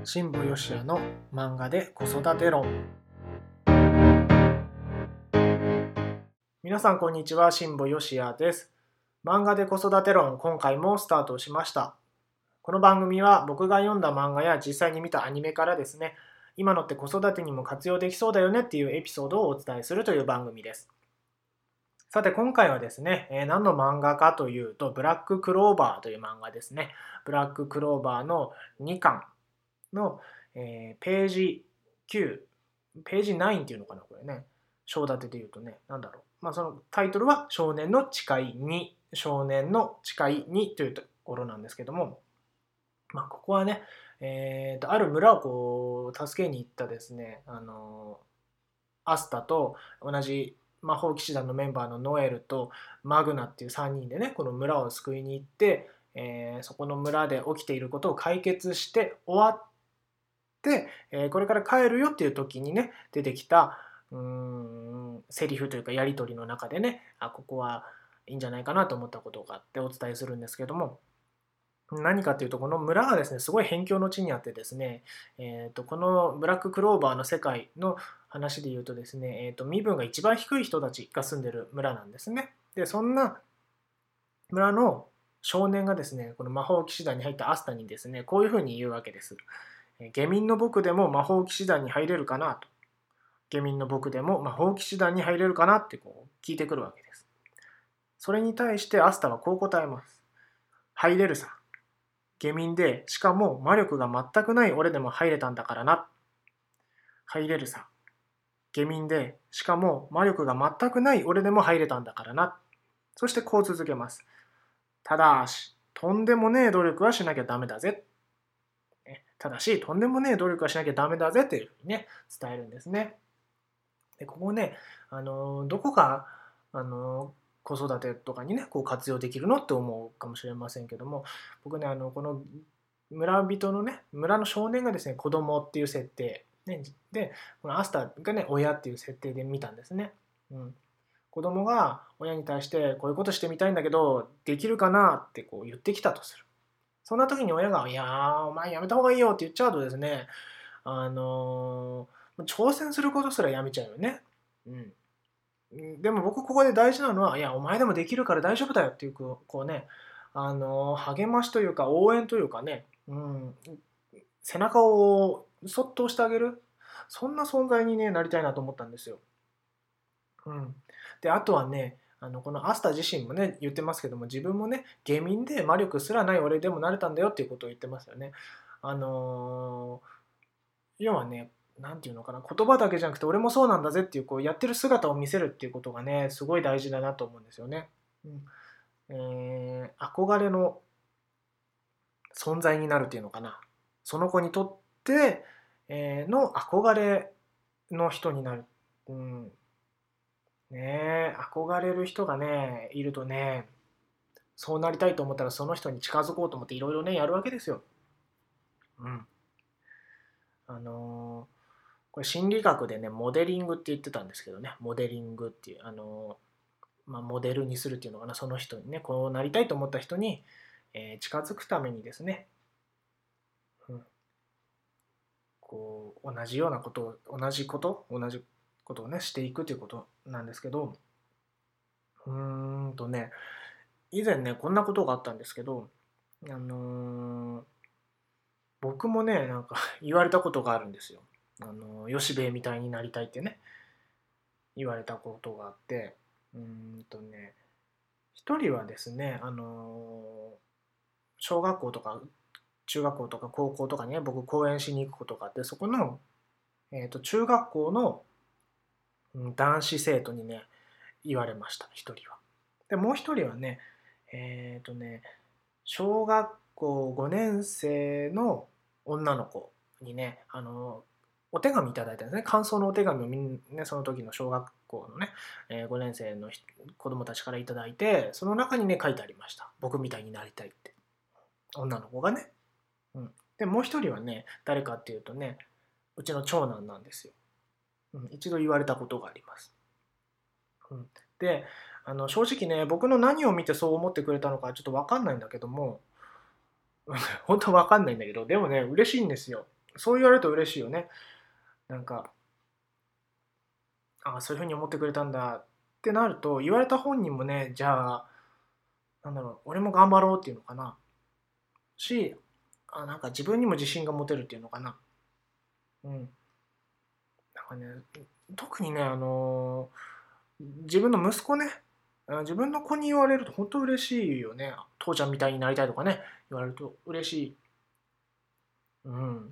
新保義也の漫画で子育て論。皆さんこんにちは、新保義也です。漫画で子育て論、今回もスタートしました。この番組は僕が読んだ漫画や実際に見たアニメからですね、今のって子育てにも活用できそうだよねっていうエピソードをお伝えするという番組です。さて今回はですね、何の漫画かというと、ブラッククローバーという漫画ですね。ブラッククローバーの2巻の、ページ9、ページ9っていうのかな、これね。章立てで言うとね、なんだろう。そのタイトルは少年の誓い2、少年の誓い2というところなんですけども、ここはね、ある村をこう助けに行ったですね、アスタと同じ魔法騎士団のメンバーのノエルとマグナっていう3人でね、この村を救いに行って、そこの村で起きていることを解決して終わって、これから帰るよっていう時にね、出てきたセリフというかやり取りの中でね、ここはいいんじゃないかなと思ったことがあってお伝えするんですけども、何かというと、この村がですね、すごい辺境の地にあってですね、このブラッククローバーの世界の話で言うとですね、身分が一番低い人たちが住んでる村なんですね。で、そんな村の少年がですね、この魔法騎士団に入ったアスタにですね、こういうふうに言うわけです。下民の僕でも魔法騎士団に入れるかなと。下民の僕でも魔法騎士団に入れるかなってこう聞いてくるわけです。それに対してアスタはこう答えます。入れるさ。下民で、しかも魔力が全くない俺でも入れたんだからな。入れるさ。下民で、しかも魔力が全くない俺でも入れたんだからな。そしてこう続けます。ただし、とんでもねえ努力はしなきゃダメだぜ。ただし、とんでもねえ努力はしなきゃダメだぜというふうにね、伝えるんですね。で、ここね、どこが、子育てとかにね、こう活用できるのって思うかもしれませんけども、僕ね、この村人のね、村の少年がですね、子供っていう設定、ね、で、このアスタがね、親っていう設定で見たんですね。子供が親に対してこういうことしてみたいんだけど、できるかなってこう言ってきたとする。そんな時に親が、いやー、お前やめた方がいいよって言っちゃうとですね、挑戦することすらやめちゃうよね。でも僕ここで大事なのは、いや、お前でもできるから大丈夫だよっていう、こうね、励ましというか応援というかね、背中をそっと押してあげる、そんな存在に、ね、なりたいなと思ったんですよ。で、あとはね、このアスタ自身もね、言ってますけども、自分もね、下民で魔力すらない俺でもなれたんだよっていうことを言ってますよね。要はね、なんていうのかな、言葉だけじゃなくて俺もそうなんだぜっていう、こうやってる姿を見せるっていうことがね、すごい大事だなと思うんですよね。憧れの存在になるっていうのかな。その子にとって、の憧れの人になる。憧れる人がね、いるとね、そうなりたいと思ったらその人に近づこうと思っていろいろね、やるわけですよ。これ心理学でね、モデリングって言ってたんですけどね、モデリングっていう、モデルにするっていうのかな、その人にね、こうなりたいと思った人に、近づくためにですね、こう同じようなことを、同じことをね、していくということなんですけど、以前ね、こんなことがあったんですけど、僕もね、なんか言われたことがあるんですよ。吉兵衛みたいになりたいってね、言われたことがあって、一人はですね、小学校とか中学校とか高校とかにね、僕講演しに行くことがあって、そこの、中学校の男子生徒にね、言われました、一人は。で、もう一人はね、小学校5年生の女の子にね、お手紙いただいたんですね。感想のお手紙をその時の小学校のね、5年生の子供たちからいただいて、その中にね、書いてありました。僕みたいになりたいって。女の子がね。で、もう一人はね、誰かっていうとね、うちの長男なんですよ。一度言われたことがあります。で、正直ね、僕の何を見てそう思ってくれたのかちょっと分かんないんだけども、本当分かんないんだけど、でもね、嬉しいんですよ。 そう言われると嬉しいよね。なんか、そういうふうに思ってくれたんだってなると、言われた本人もね、じゃあ、俺も頑張ろうっていうのかな。し、なんか自分にも自信が持てるっていうのかな。うん。なんかね、特にね、自分の息子ね、自分の子に言われると本当嬉しいよね。父ちゃんみたいになりたいとかね、言われると嬉しい。うん。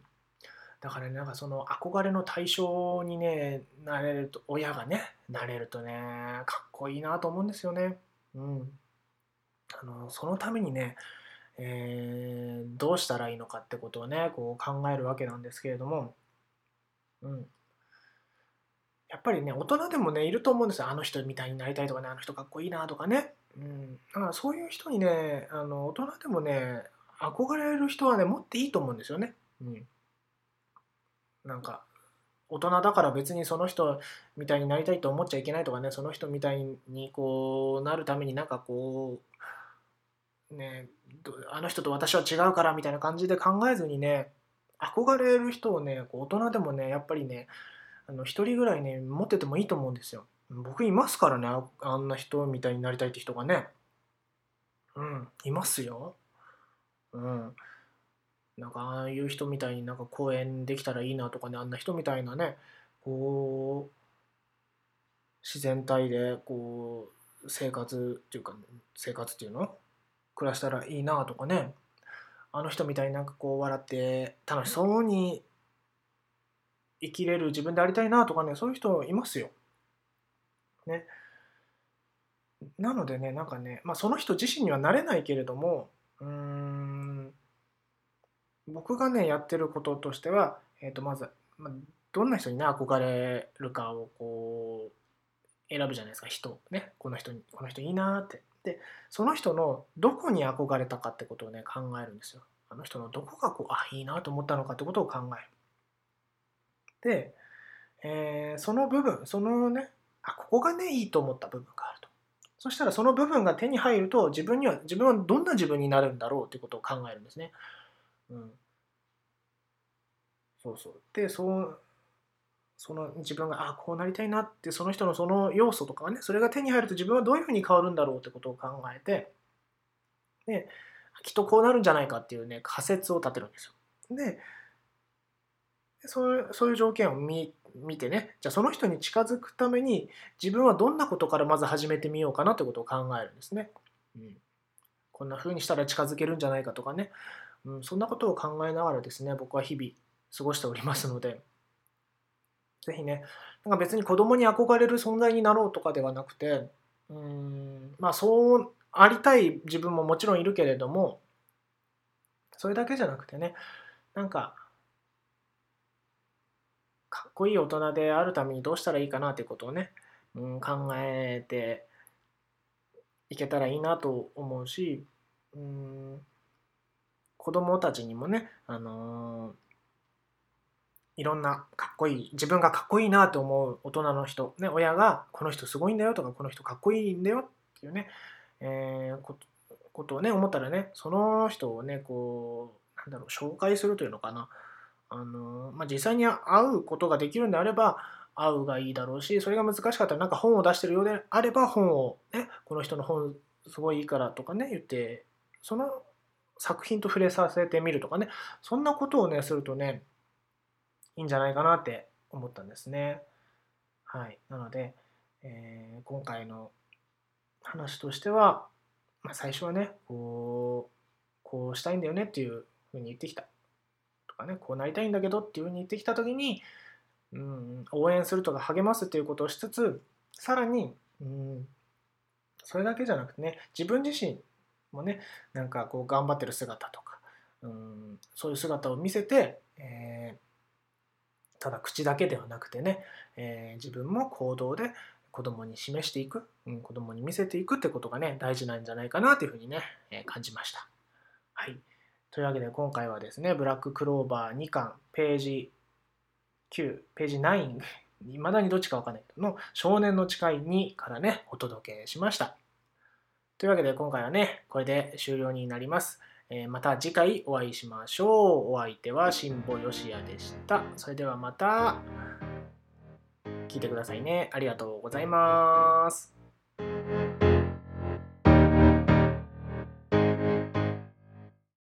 だからね、なんかその憧れの対象にね、なれると、親がね、なれるとね、かっこいいなと思うんですよね。うん。そのためにね、どうしたらいいのかってことをね、こう考えるわけなんですけれども、うん。やっぱりね、大人でもね、いると思うんですよ。あの人みたいになりたいとかね、あの人かっこいいなとかね。うん。だからそういう人にね、大人でもね、憧れる人はね、持っていいと思うんですよね。うん。なんか、大人だから別にその人みたいになりたいと思っちゃいけないとかね、その人みたいにこうなるためになんかこう、ね、あの人と私は違うからみたいな感じで考えずにね、憧れる人をね、こう大人でもね、やっぱりね、一人ぐらいね、持っててもいいと思うんですよ。僕いますからね、あんな人みたいになりたいって人がね。うん、いますよ。うん。なんかああいう人みたいになんか公演できたらいいなとかね、あんな人みたいなね、こう、自然体でこう、生活っていうの暮らしたらいいなとかね、あの人みたいになんかこう笑って楽しそうに生きれる自分でありたいなとかね、そういう人いますよ。ね。なのでね、なんかね、その人自身にはなれないけれども、僕がね、やってることとしては、まず、どんな人にね、憧れるかをこう、選ぶじゃないですか、人。ね。この人いいなーって。で、その人のどこに憧れたかってことをね、考えるんですよ。あの人のどこがこう、いいなと思ったのかってことを考える。で、その部分、そのね、ここがね、いいと思った部分があると。そしたらその部分が手に入ると、自分はどんな自分になるんだろうってことを考えるんですね。うん。そうそう。で、その自分が、こうなりたいなって、その人のその要素とかはね、それが手に入ると自分はどういうふうに変わるんだろうってことを考えて、で、きっとこうなるんじゃないかっていうね、仮説を立てるんですよ。で、そういう条件を見てね、じゃあその人に近づくために自分はどんなことからまず始めてみようかなってことを考えるんですね。うん、こんな風にしたら近づけるんじゃないかとかね、そんなことを考えながらですね、僕は日々過ごしておりますので、ぜひね、なんか別に子供に憧れる存在になろうとかではなくて、そうありたい自分ももちろんいるけれども、それだけじゃなくてね、なんかかっこいい大人であるためにどうしたらいいかなということをね、考えていけたらいいなと思うし、うん、子供たちにもね、いろんなかっこいい、自分がかっこいいなと思う大人の人、ね、親がこの人すごいんだよとか、この人かっこいいんだよっていうね、ことをね、思ったらね、その人をね、こう、紹介するというのかな。実際に会うことができるんであれば、会うがいいだろうし、それが難しかったら、なんか本を出してるようであれば、本をね、この人の本すごいいいからとかね、言って、その作品と触れさせてみるとかね、そんなことをね、するとね、いいんじゃないかなって思ったんですね。はい。なので、今回の話としては、最初はね、こうしたいんだよねっていうふうに言ってきたとかね、こうなりたいんだけどっていうふうに言ってきたときに、応援するとか励ますっていうことをしつつ、さらに、それだけじゃなくてね、自分自身もね、なんかこう頑張ってる姿とか、そういう姿を見せて、ただ口だけではなくてね、自分も行動で子供に示していく、子供に見せていくってことがね、大事なんじゃないかなというふうにね、感じました。はい。というわけで今回はですね、ブラッククローバー2巻、ページ9、ページ9、いまだにどっちかわかんないけどの少年の誓い2からね、お届けしました。というわけで今回はね、これで終了になります。 また次回お会いしましょう。お相手は辛坊よしやでした。それではまた聞いてくださいね。ありがとうございます。